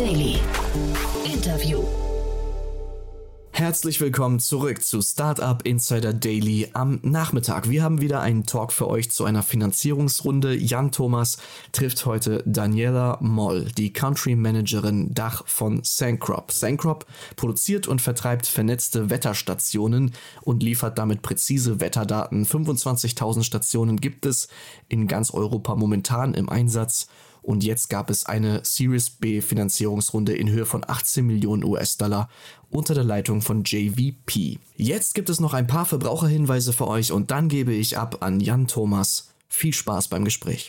Daily. Interview. Herzlich willkommen zurück zu Startup Insider Daily am Nachmittag. Wir haben wieder einen Talk für euch zu einer Finanzierungsrunde. Jan Thomas trifft heute Daniela Moll, die Country Managerin Dach von Sancrop. Sancrop produziert und vertreibt vernetzte Wetterstationen und liefert damit präzise Wetterdaten. 25.000 Stationen gibt es in ganz Europa momentan im Einsatz. Und jetzt gab es eine Series B Finanzierungsrunde in Höhe von 18 Millionen US-Dollar unter der Leitung von JVP. Jetzt gibt es noch ein paar Verbraucherhinweise für euch und dann gebe ich ab an Jan Thomas. Viel Spaß beim Gespräch.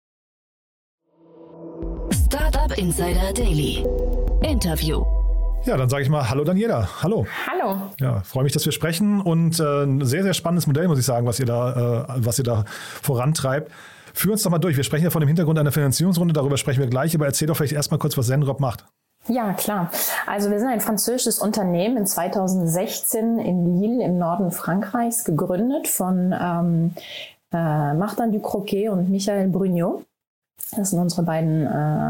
Startup Insider Daily. Interview. Ja, dann sage ich mal Hallo Daniela. Hallo. Hallo. Ja, freue mich, dass wir sprechen und ein sehr, sehr spannendes Modell, muss ich sagen, was ihr da vorantreibt. Führ uns doch mal durch. Wir sprechen ja von dem Hintergrund einer Finanzierungsrunde, darüber sprechen wir gleich, aber erzähl doch vielleicht erstmal kurz, was Sancrop macht. Ja, klar. Also wir sind ein französisches Unternehmen in 2016 in Lille im Norden Frankreichs gegründet von Martin Ducroquet und Michael Brugnot. Das sind unsere beiden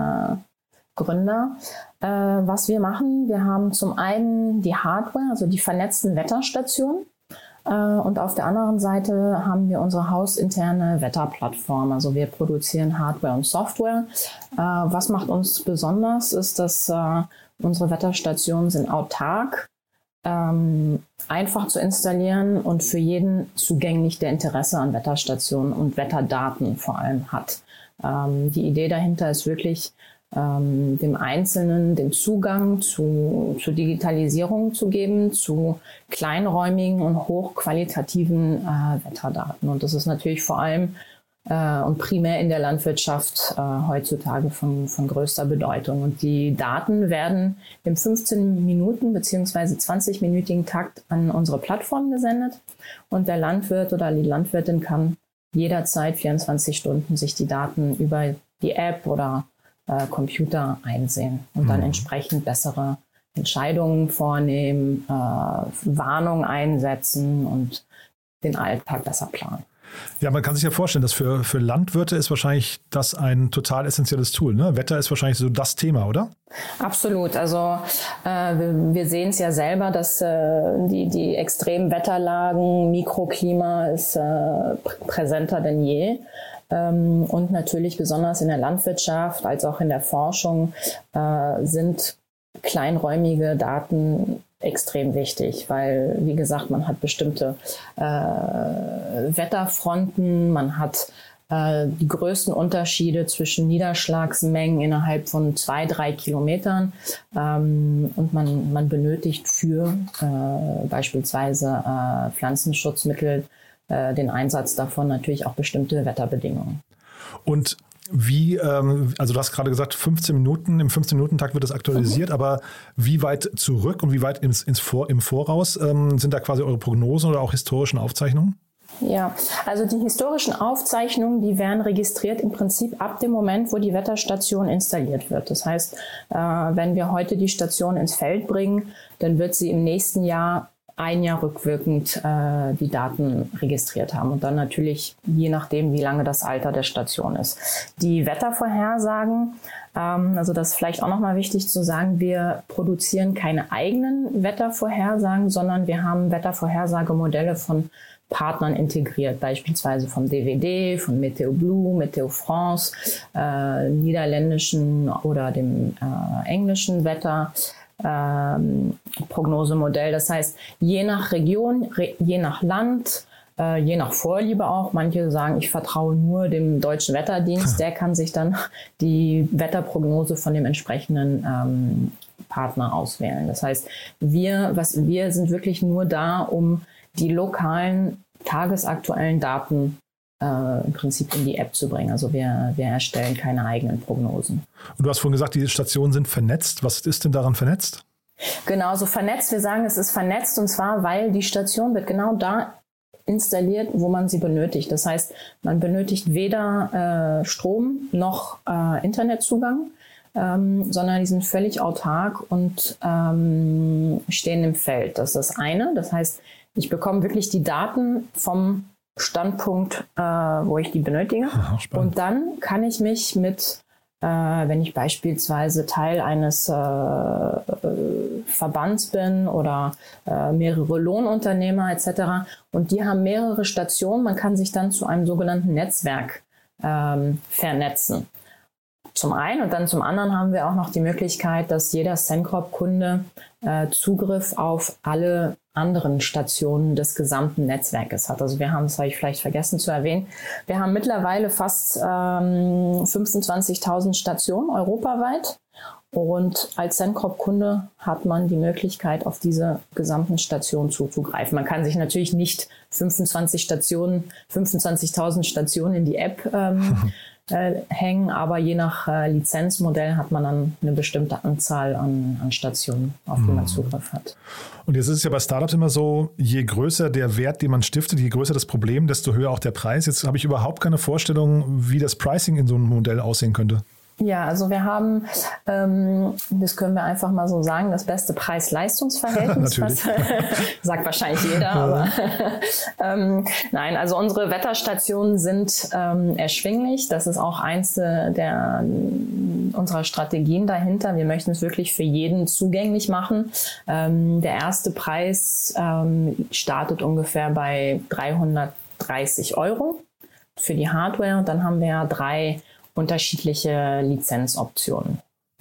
Gründer. Was wir machen, wir haben zum einen die Hardware, also die vernetzten Wetterstationen. Und auf der anderen Seite haben wir unsere hausinterne Wetterplattform. Also wir produzieren Hardware und Software. Was macht uns besonders, ist, dass unsere Wetterstationen sind autark, einfach zu installieren und für jeden zugänglich, der Interesse an Wetterstationen und Wetterdaten vor allem hat. Die Idee dahinter ist wirklich, dem Einzelnen den Zugang zur Digitalisierung zu geben, zu kleinräumigen und hochqualitativen Wetterdaten. Und das ist natürlich vor allem und primär in der Landwirtschaft heutzutage von größter Bedeutung. Und die Daten werden im 15 Minuten bzw. 20-minütigen Takt an unsere Plattform gesendet. Und der Landwirt oder die Landwirtin kann jederzeit 24 Stunden sich die Daten über die App oder Computer einsehen und dann entsprechend bessere Entscheidungen vornehmen, Warnung einsetzen und den Alltag besser planen. Ja, man kann sich ja vorstellen, dass für Landwirte ist wahrscheinlich das ein total essentielles Tool, ne? Wetter ist wahrscheinlich so das Thema, oder? Absolut. Also wir sehen es ja selber, dass die extremen Wetterlagen, Mikroklima ist präsenter denn je. Und natürlich besonders in der Landwirtschaft als auch in der Forschung sind kleinräumige Daten extrem wichtig, weil, wie gesagt, man hat bestimmte Wetterfronten, man hat die größten Unterschiede zwischen Niederschlagsmengen innerhalb von 2-3 Kilometern und man benötigt für beispielsweise Pflanzenschutzmittel den Einsatz davon natürlich auch bestimmte Wetterbedingungen. Und wie, also du hast gerade gesagt, 15 Minuten, im 15-Minuten-Takt wird das aktualisiert, aber wie weit zurück und wie weit im Voraus sind da quasi eure Prognosen oder auch historischen Aufzeichnungen? Ja, also die historischen Aufzeichnungen, die werden registriert im Prinzip ab dem Moment, wo die Wetterstation installiert wird. Das heißt, wenn wir heute die Station ins Feld bringen, dann wird sie im nächsten Jahr ein Jahr rückwirkend die Daten registriert haben und dann natürlich je nachdem, wie lange das Alter der Station ist. Die Wettervorhersagen, also das ist vielleicht auch nochmal wichtig zu sagen, wir produzieren keine eigenen Wettervorhersagen, sondern wir haben Wettervorhersagemodelle von Partnern integriert, beispielsweise vom DWD, von Meteo Blue, Meteo France, niederländischen oder dem englischen Wetter. Prognosemodell. Das heißt, je nach Region, je nach Land, je nach Vorliebe auch. Manche sagen, ich vertraue nur dem deutschen Wetterdienst. Der kann sich dann die Wetterprognose von dem entsprechenden Partner auswählen. Das heißt, wir sind wirklich nur da, um die lokalen tagesaktuellen Daten im Prinzip in die App zu bringen. Also wir erstellen keine eigenen Prognosen. Und du hast vorhin gesagt, die Stationen sind vernetzt. Was ist denn daran vernetzt? Genau, so vernetzt. Wir sagen, es ist vernetzt und zwar, weil die Station wird genau da installiert, wo man sie benötigt. Das heißt, man benötigt weder Strom noch Internetzugang, sondern die sind völlig autark und stehen im Feld. Das ist das eine. Das heißt, ich bekomme wirklich die Daten vom Standpunkt, wo ich die benötige. Aha, und dann kann ich mich mit wenn ich beispielsweise Teil eines Verbands bin oder mehrere Lohnunternehmer etc. Und die haben mehrere Stationen. Man kann sich dann zu einem sogenannten Netzwerk vernetzen. Zum einen und dann zum anderen haben wir auch noch die Möglichkeit, dass jeder SendCorp-Kunde Zugriff auf alle anderen Stationen des gesamten Netzwerkes hat. Also wir haben, das habe ich vielleicht vergessen zu erwähnen, wir haben mittlerweile fast 25.000 Stationen europaweit. Und als SendCorp-Kunde hat man die Möglichkeit, auf diese gesamten Stationen zuzugreifen. Man kann sich natürlich nicht 25.000 Stationen in die App hängen, aber je nach Lizenzmodell hat man dann eine bestimmte Anzahl an Stationen, auf die man Zugriff hat. Und jetzt ist es ja bei Startups immer so, je größer der Wert, den man stiftet, je größer das Problem, desto höher auch der Preis. Jetzt habe ich überhaupt keine Vorstellung, wie das Pricing in so einem Modell aussehen könnte. Ja, also wir haben, das können wir einfach mal so sagen, das beste Preis-Leistungs-Verhältnis. Sagt wahrscheinlich jeder, aber nein, also unsere Wetterstationen sind erschwinglich. Das ist auch eins unserer Strategien dahinter. Wir möchten es wirklich für jeden zugänglich machen. Der erste Preis startet ungefähr bei 330 € für die Hardware. Und dann haben wir ja 3 unterschiedliche Lizenzoptionen.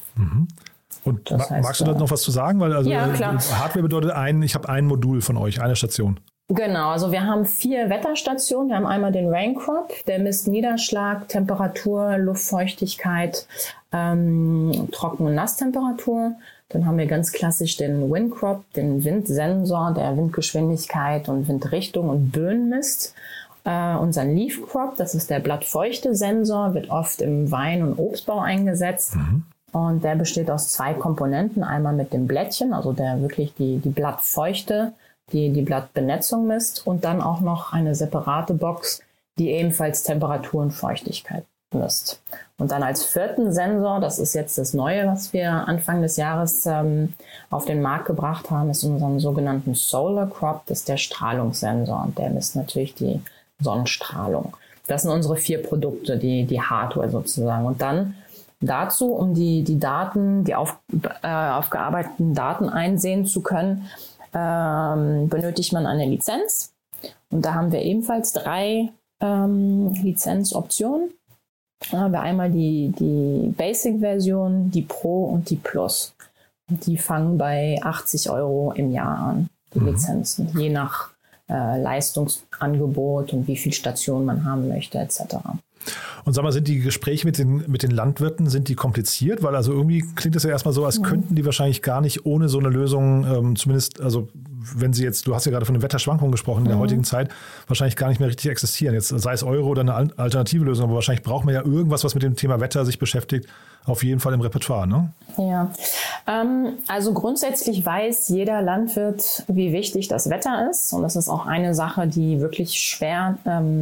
Und magst du da noch was zu sagen? Weil ja, klar. Hardware bedeutet ich habe ein Modul von euch, eine Station. Genau, also wir haben 4 Wetterstationen. Wir haben einmal den Raincrop, der misst Niederschlag, Temperatur, Luftfeuchtigkeit, Trocken- und Nasstemperatur. Dann haben wir ganz klassisch den Windcrop, den Windsensor, der Windgeschwindigkeit und Windrichtung und Böen misst. Unseren Leaf Crop, das ist der Blattfeuchte-Sensor, wird oft im Wein- und Obstbau eingesetzt. Und der besteht aus 2 Komponenten. Einmal mit dem Blättchen, also der wirklich die Blattfeuchte, die Blattbenetzung misst. Und dann auch noch eine separate Box, die ebenfalls Temperatur und Feuchtigkeit misst. Und dann als 4. Sensor, das ist jetzt das Neue, was wir Anfang des Jahres auf den Markt gebracht haben, ist unseren sogenannten Solar Crop, das ist der Strahlungssensor. Und der misst natürlich die Sonnenstrahlung. Das sind unsere 4 Produkte, die Hardware sozusagen. Und dann dazu, um die Daten, die aufgearbeiteten Daten einsehen zu können, benötigt man eine Lizenz. Und da haben wir ebenfalls 3 Lizenzoptionen. Da haben wir einmal die Basic-Version, die Pro und die Plus. Und die fangen bei 80 € im Jahr an, die Lizenzen, je nach Leistungsangebot und wie viel Stationen man haben möchte etc. Und sag mal, sind die Gespräche mit den Landwirten, sind die kompliziert? Weil also irgendwie klingt es ja erstmal so, als könnten die wahrscheinlich gar nicht ohne so eine Lösung, zumindest, also wenn sie jetzt, du hast ja gerade von den Wetterschwankungen gesprochen in der heutigen Zeit, wahrscheinlich gar nicht mehr richtig existieren. Jetzt sei es Euro oder eine alternative Lösung, aber wahrscheinlich braucht man ja irgendwas, was mit dem Thema Wetter sich beschäftigt, auf jeden Fall im Repertoire, ne? Ja, also grundsätzlich weiß jeder Landwirt, wie wichtig das Wetter ist. Und das ist auch eine Sache, die wirklich schwer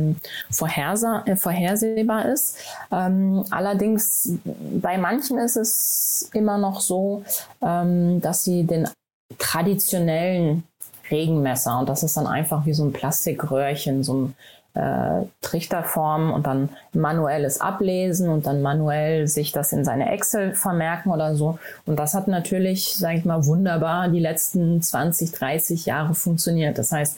vorhersehbar ist. Allerdings bei manchen ist es immer noch so, dass sie den traditionellen Regenmesser, und das ist dann einfach wie so ein Plastikröhrchen, so ein Trichterform und dann manuelles Ablesen und dann manuell sich das in seine Excel vermerken oder so. Und das hat natürlich, sage ich mal, wunderbar die letzten 20, 30 Jahre funktioniert. Das heißt,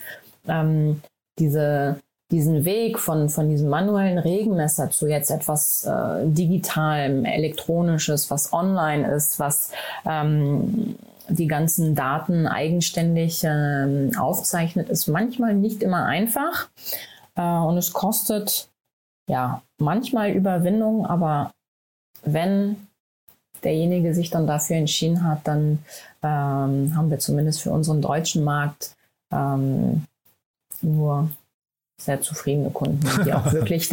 diesen Weg von diesem manuellen Regenmesser zu jetzt etwas Digitalem, Elektronisches, was online ist, was die ganzen Daten eigenständig aufzeichnet, ist manchmal nicht immer einfach. Und es kostet ja manchmal Überwindung, aber wenn derjenige sich dann dafür entschieden hat, dann haben wir zumindest für unseren deutschen Markt nur sehr zufriedene Kunden, die auch wirklich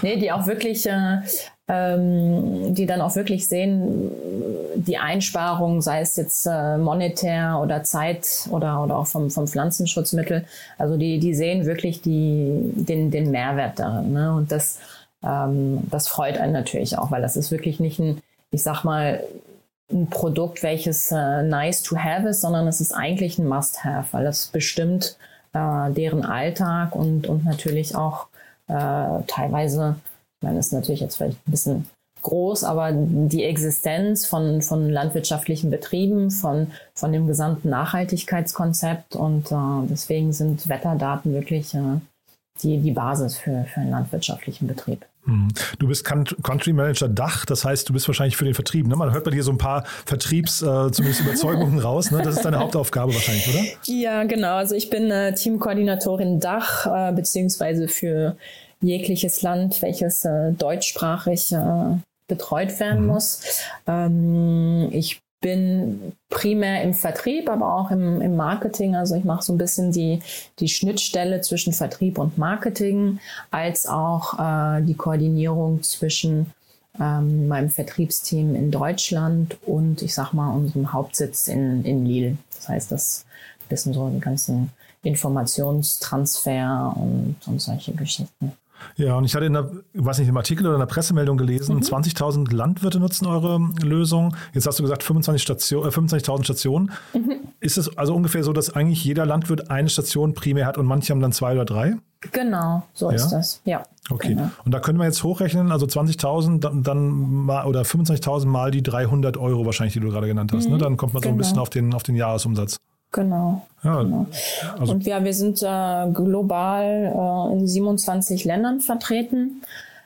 die dann auch wirklich sehen, die Einsparung, sei es jetzt monetär oder Zeit oder auch vom Pflanzenschutzmittel, also die sehen wirklich den Mehrwert darin, ne? Und das freut einen natürlich auch, weil das ist wirklich nicht ein Produkt, welches nice to have ist, sondern es ist eigentlich ein Must-have, weil das bestimmt deren Alltag und natürlich auch teilweise, ich meine, das ist natürlich jetzt vielleicht ein bisschen groß, aber die Existenz von landwirtschaftlichen Betrieben, von dem gesamten Nachhaltigkeitskonzept und deswegen sind Wetterdaten wirklich die Basis für einen landwirtschaftlichen Betrieb. Du bist Country Manager Dach, das heißt, du bist wahrscheinlich für den Vertrieb. Ne? Man hört bei dir so ein paar zumindest Überzeugungen raus. Ne? Das ist deine Hauptaufgabe wahrscheinlich, oder? Ja, genau. Also ich bin Teamkoordinatorin Dach, beziehungsweise für jegliches Land, welches deutschsprachig betreut werden muss. Ich bin primär im Vertrieb, aber auch im Marketing. Also ich mache so ein bisschen die Schnittstelle zwischen Vertrieb und Marketing, als auch die Koordinierung zwischen meinem Vertriebsteam in Deutschland und ich sag mal unserem Hauptsitz in Lille. Das heißt, das ein bisschen so den ganzen Informationstransfer und solche Geschichten. Ja, und ich hatte im Artikel oder in der Pressemeldung gelesen, 20.000 Landwirte nutzen eure Lösung. Jetzt hast du gesagt 25.000 Stationen. Ist es also ungefähr so, dass eigentlich jeder Landwirt eine Station primär hat und manche haben dann 2 oder 3? Genau, so ist das. Ja. Okay. Genau. Und da können wir jetzt hochrechnen, also 20.000 dann mal oder 25.000 mal die 300 Euro wahrscheinlich, die du gerade genannt hast. Ne? Dann kommt man so ein bisschen auf den Jahresumsatz. Genau. Ja, genau. Also und wir sind global in 27 Ländern vertreten.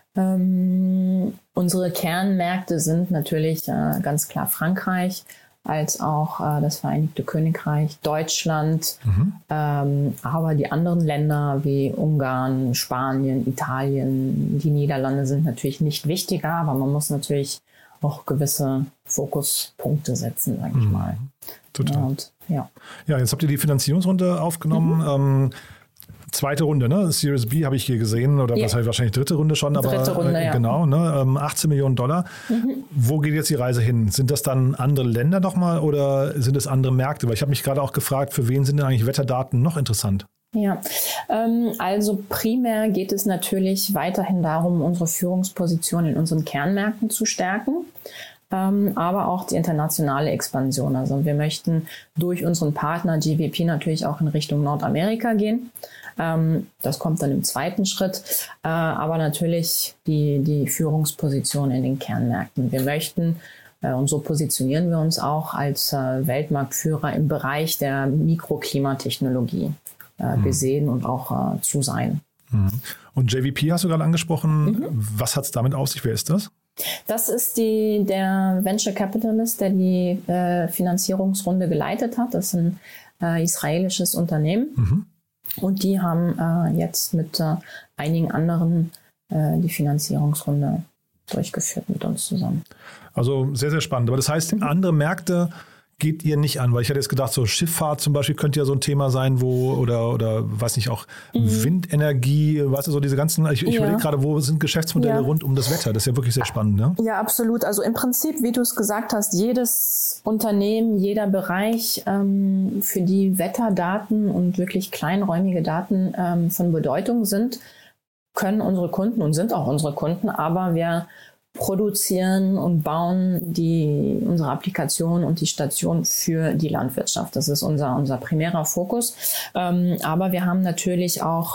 Unsere Kernmärkte sind natürlich ganz klar Frankreich, als auch das Vereinigte Königreich, Deutschland, aber die anderen Länder wie Ungarn, Spanien, Italien, die Niederlande sind natürlich nicht wichtiger, aber man muss natürlich auch gewisse Fokuspunkte setzen, sage ich mal. Total. Ja, jetzt habt ihr die Finanzierungsrunde aufgenommen. Zweite Runde, ne? Series B habe ich hier gesehen, oder was heißt wahrscheinlich dritte Runde schon, aber dritte Runde, genau, ne? 18 Millionen $. Wo geht jetzt die Reise hin? Sind das dann andere Länder nochmal oder sind es andere Märkte? Weil ich habe mich gerade auch gefragt, für wen sind denn eigentlich Wetterdaten noch interessant? Ja, also primär geht es natürlich weiterhin darum, unsere Führungsposition in unseren Kernmärkten zu stärken. Aber auch die internationale Expansion. Also wir möchten durch unseren Partner GVP natürlich auch in Richtung Nordamerika gehen. Das kommt dann im zweiten Schritt. Aber natürlich die Führungsposition in den Kernmärkten. Wir möchten, und so positionieren wir uns auch als Weltmarktführer im Bereich der Mikroklimatechnologie gesehen und auch zu sein. Und JVP hast du gerade angesprochen. Was hat es damit auf sich? Wer ist das? Das ist der Venture Capitalist, der die Finanzierungsrunde geleitet hat. Das ist ein israelisches Unternehmen. Und die haben jetzt mit einigen anderen die Finanzierungsrunde durchgeführt mit uns zusammen. Also sehr, sehr spannend. Aber das heißt, andere Märkte geht ihr nicht an? Weil ich hätte jetzt gedacht, so Schifffahrt zum Beispiel könnte ja so ein Thema sein, oder weiß nicht, auch Windenergie, weißt du, so diese ganzen, ich überlege gerade, wo sind Geschäftsmodelle rund um das Wetter? Das ist ja wirklich sehr spannend, ne? Ja, absolut. Also im Prinzip, wie du es gesagt hast, jedes Unternehmen, jeder Bereich, für die Wetterdaten und wirklich kleinräumige Daten von Bedeutung sind, können unsere Kunden und sind auch unsere Kunden, aber wir produzieren und bauen unsere Applikation und die Station für die Landwirtschaft. Das ist unser primärer Fokus. Aber wir haben natürlich auch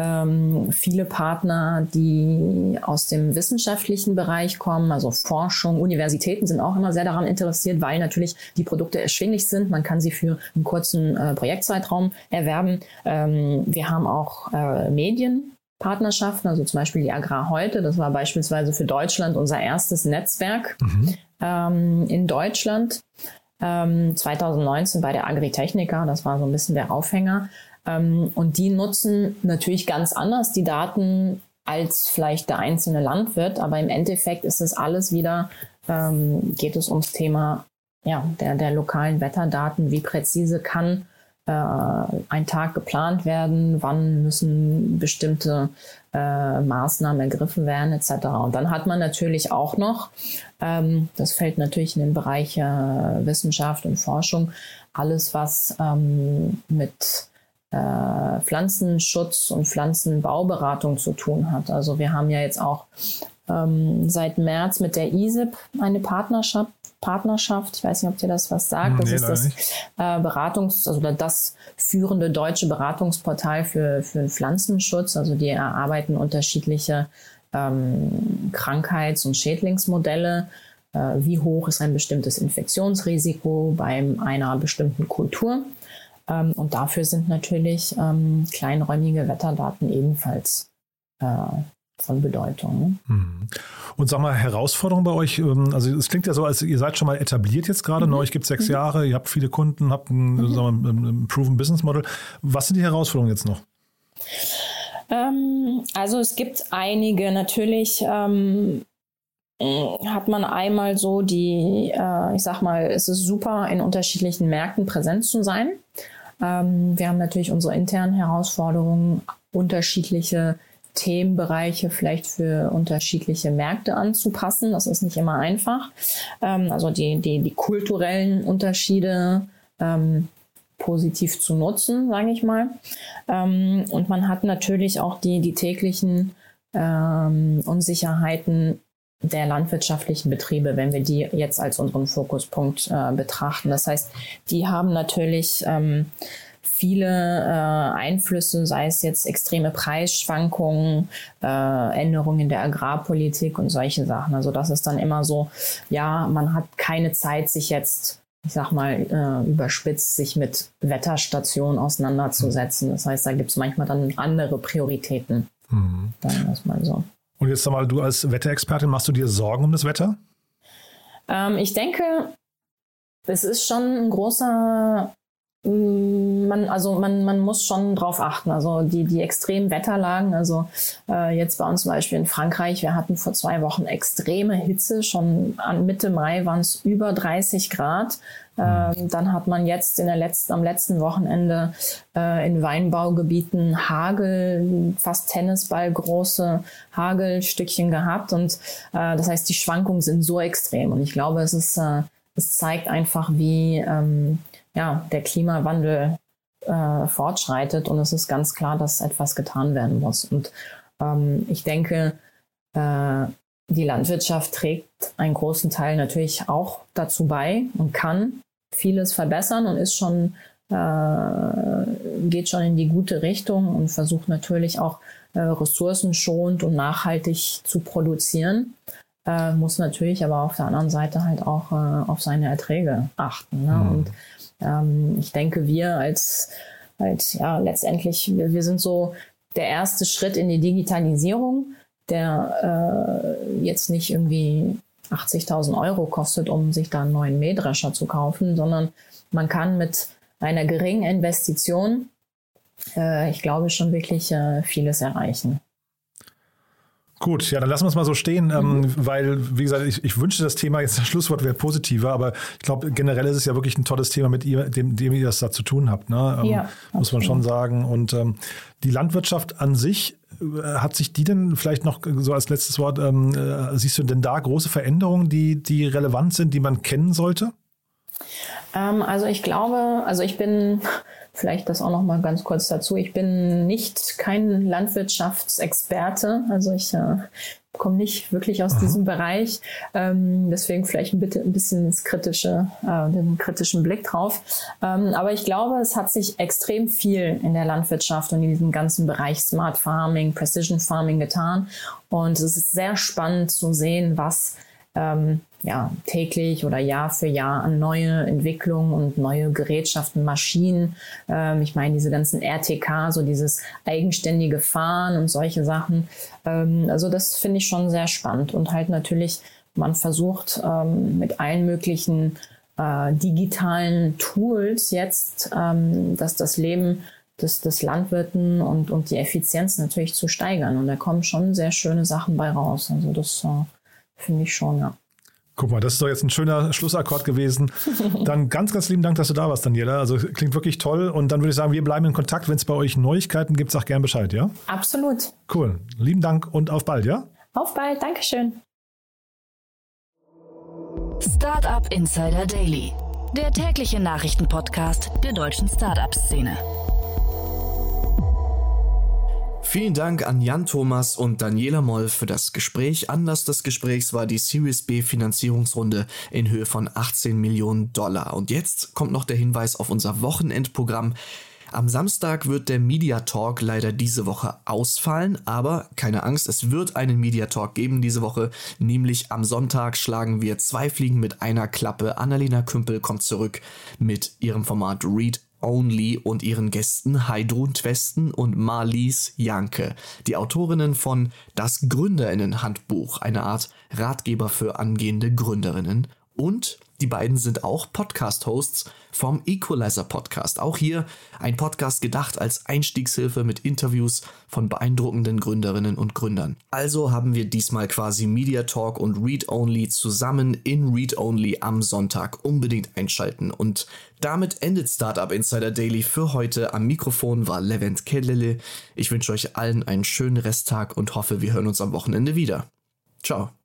viele Partner, die aus dem wissenschaftlichen Bereich kommen, also Forschung, Universitäten sind auch immer sehr daran interessiert, weil natürlich die Produkte erschwinglich sind. Man kann sie für einen kurzen Projektzeitraum erwerben. Wir haben auch Medienpartnerschaften, also zum Beispiel die Agrar heute. Das war beispielsweise für Deutschland unser erstes Netzwerk in Deutschland. 2019 bei der Agritechnica, das war so ein bisschen der Aufhänger. Und die nutzen natürlich ganz anders die Daten als vielleicht der einzelne Landwirt. Aber im Endeffekt ist es alles wieder, geht es ums Thema der lokalen Wetterdaten. Wie präzise kann ein Tag geplant werden, wann müssen bestimmte Maßnahmen ergriffen werden etc. Und dann hat man natürlich auch noch, das fällt natürlich in den Bereich Wissenschaft und Forschung, alles was mit Pflanzenschutz und Pflanzenbauberatung zu tun hat. Also wir haben ja jetzt auch seit März mit der ISIP eine Partnerschaft. Ich weiß nicht, ob dir das was sagt. Das ist das das führende deutsche Beratungsportal für Pflanzenschutz. Also die erarbeiten unterschiedliche Krankheits- und Schädlingsmodelle. Wie hoch ist ein bestimmtes Infektionsrisiko bei einer bestimmten Kultur? Und dafür sind natürlich kleinräumige Wetterdaten ebenfalls von Bedeutung. Und sag mal, Herausforderung bei euch, also es klingt ja so, als ihr seid schon mal etabliert jetzt gerade, euch gibt es 6 Jahre, ihr habt viele Kunden, habt ein Proven Business Model. Was sind die Herausforderungen jetzt noch? Also es gibt einige. Natürlich hat man einmal so ich sag mal, es ist super, in unterschiedlichen Märkten präsent zu sein. Wir haben natürlich unsere internen Herausforderungen, unterschiedliche Themenbereiche vielleicht für unterschiedliche Märkte anzupassen. Das ist nicht immer einfach. Also die kulturellen Unterschiede positiv zu nutzen, sage ich mal. Und man hat natürlich auch die täglichen Unsicherheiten der landwirtschaftlichen Betriebe, wenn wir die jetzt als unseren Fokuspunkt betrachten. Das heißt, die haben natürlich viele Einflüsse, sei es jetzt extreme Preisschwankungen, Änderungen in der Agrarpolitik und solche Sachen. Also das ist dann immer so, ja, man hat keine Zeit, sich jetzt, ich sag mal, überspitzt, sich mit Wetterstationen auseinanderzusetzen. Das heißt, da gibt es manchmal dann andere Prioritäten. Sagen wir es mal so. Und jetzt sag mal, du als Wetterexpertin, machst du dir Sorgen um das Wetter? Ich denke, es ist schon ein großer, man muss schon drauf achten. Also die extremen Wetterlagen, also jetzt bei uns zum Beispiel in Frankreich, wir hatten vor 2 Wochen extreme Hitze, schon an Mitte Mai waren es über 30 Grad. Dann hat man jetzt am letzten Wochenende in Weinbaugebieten Hagel, fast Tennisballgroße Hagelstückchen gehabt. Und das heißt, die Schwankungen sind so extrem. Und ich glaube, es zeigt einfach, wie der Klimawandel fortschreitet. Und es ist ganz klar, dass etwas getan werden muss. Und ich denke, die Landwirtschaft trägt einen großen Teil natürlich auch dazu bei und kann vieles verbessern und ist schon, geht schon in die gute Richtung und versucht natürlich auch ressourcenschonend und nachhaltig zu produzieren, muss natürlich aber auf der anderen Seite halt auch auf seine Erträge achten. Ne? Und ich denke, wir letztendlich, wir sind so der erste Schritt in die Digitalisierung, der jetzt nicht irgendwie 80.000 € kostet, um sich da einen neuen Mähdrescher zu kaufen, sondern man kann mit einer geringen Investition, ich glaube, schon wirklich vieles erreichen. Gut, ja, dann lassen wir es mal so stehen, weil, wie gesagt, ich wünschte, das Thema, jetzt das Schlusswort wäre positiver, aber ich glaube, generell ist es ja wirklich ein tolles Thema, mit dem ihr das da zu tun habt, ne? Ja, muss man schon sagen. Und die Landwirtschaft an sich, hat sich die denn vielleicht noch so als letztes Wort, siehst du denn da große Veränderungen, die relevant sind, die man kennen sollte? Also ich glaube, ich bin, vielleicht das auch noch mal ganz kurz dazu, ich bin kein Landwirtschaftsexperte, also ich komme nicht wirklich aus diesem Bereich, deswegen vielleicht bitte ein bisschen den kritischen Blick drauf. Aber ich glaube, es hat sich extrem viel in der Landwirtschaft und in diesem ganzen Bereich Smart Farming, Precision Farming getan. Und es ist sehr spannend zu sehen, was täglich oder Jahr für Jahr an neue Entwicklungen und neue Gerätschaften, Maschinen. Ich meine, diese ganzen RTK, so dieses eigenständige Fahren und solche Sachen. Also das finde ich schon sehr spannend. Und halt natürlich, man versucht mit allen möglichen digitalen Tools jetzt, dass das Leben des Landwirten und die Effizienz natürlich zu steigern. Und da kommen schon sehr schöne Sachen bei raus. Also das finde ich schon, ja. Guck mal, das ist doch jetzt ein schöner Schlussakkord gewesen. Dann ganz, ganz lieben Dank, dass du da warst, Daniela. Also klingt wirklich toll. Und dann würde ich sagen, wir bleiben in Kontakt. Wenn es bei euch Neuigkeiten gibt, sag gern Bescheid, ja? Absolut. Cool. Lieben Dank und auf bald, ja? Auf bald. Dankeschön. Startup Insider Daily, der tägliche Nachrichtenpodcast der deutschen Startup-Szene. Vielen Dank an Jan Thomas und Daniela Moll für das Gespräch. Anlass des Gesprächs war die Series B Finanzierungsrunde in Höhe von $18 Millionen. Und jetzt kommt noch der Hinweis auf unser Wochenendprogramm. Am Samstag wird der Media Talk leider diese Woche ausfallen, aber keine Angst, es wird einen Media Talk geben diese Woche, nämlich am Sonntag schlagen wir 2 Fliegen mit einer Klappe. Annalena Kümpel kommt zurück mit ihrem Format Read Only und ihren Gästen Heidrun Twesten und Marlies Janke, die Autorinnen von Das Gründerinnen-Handbuch, eine Art Ratgeber für angehende Gründerinnen. Und die beiden sind auch Podcast-Hosts vom Equalizer Podcast. Auch hier ein Podcast gedacht als Einstiegshilfe mit Interviews von beeindruckenden Gründerinnen und Gründern. Also haben wir diesmal quasi Media Talk und Read Only zusammen in Read Only am Sonntag. Unbedingt einschalten. Und damit endet Startup Insider Daily für heute. Am Mikrofon war Levent Kellele. Ich wünsche euch allen einen schönen Resttag und hoffe, wir hören uns am Wochenende wieder. Ciao.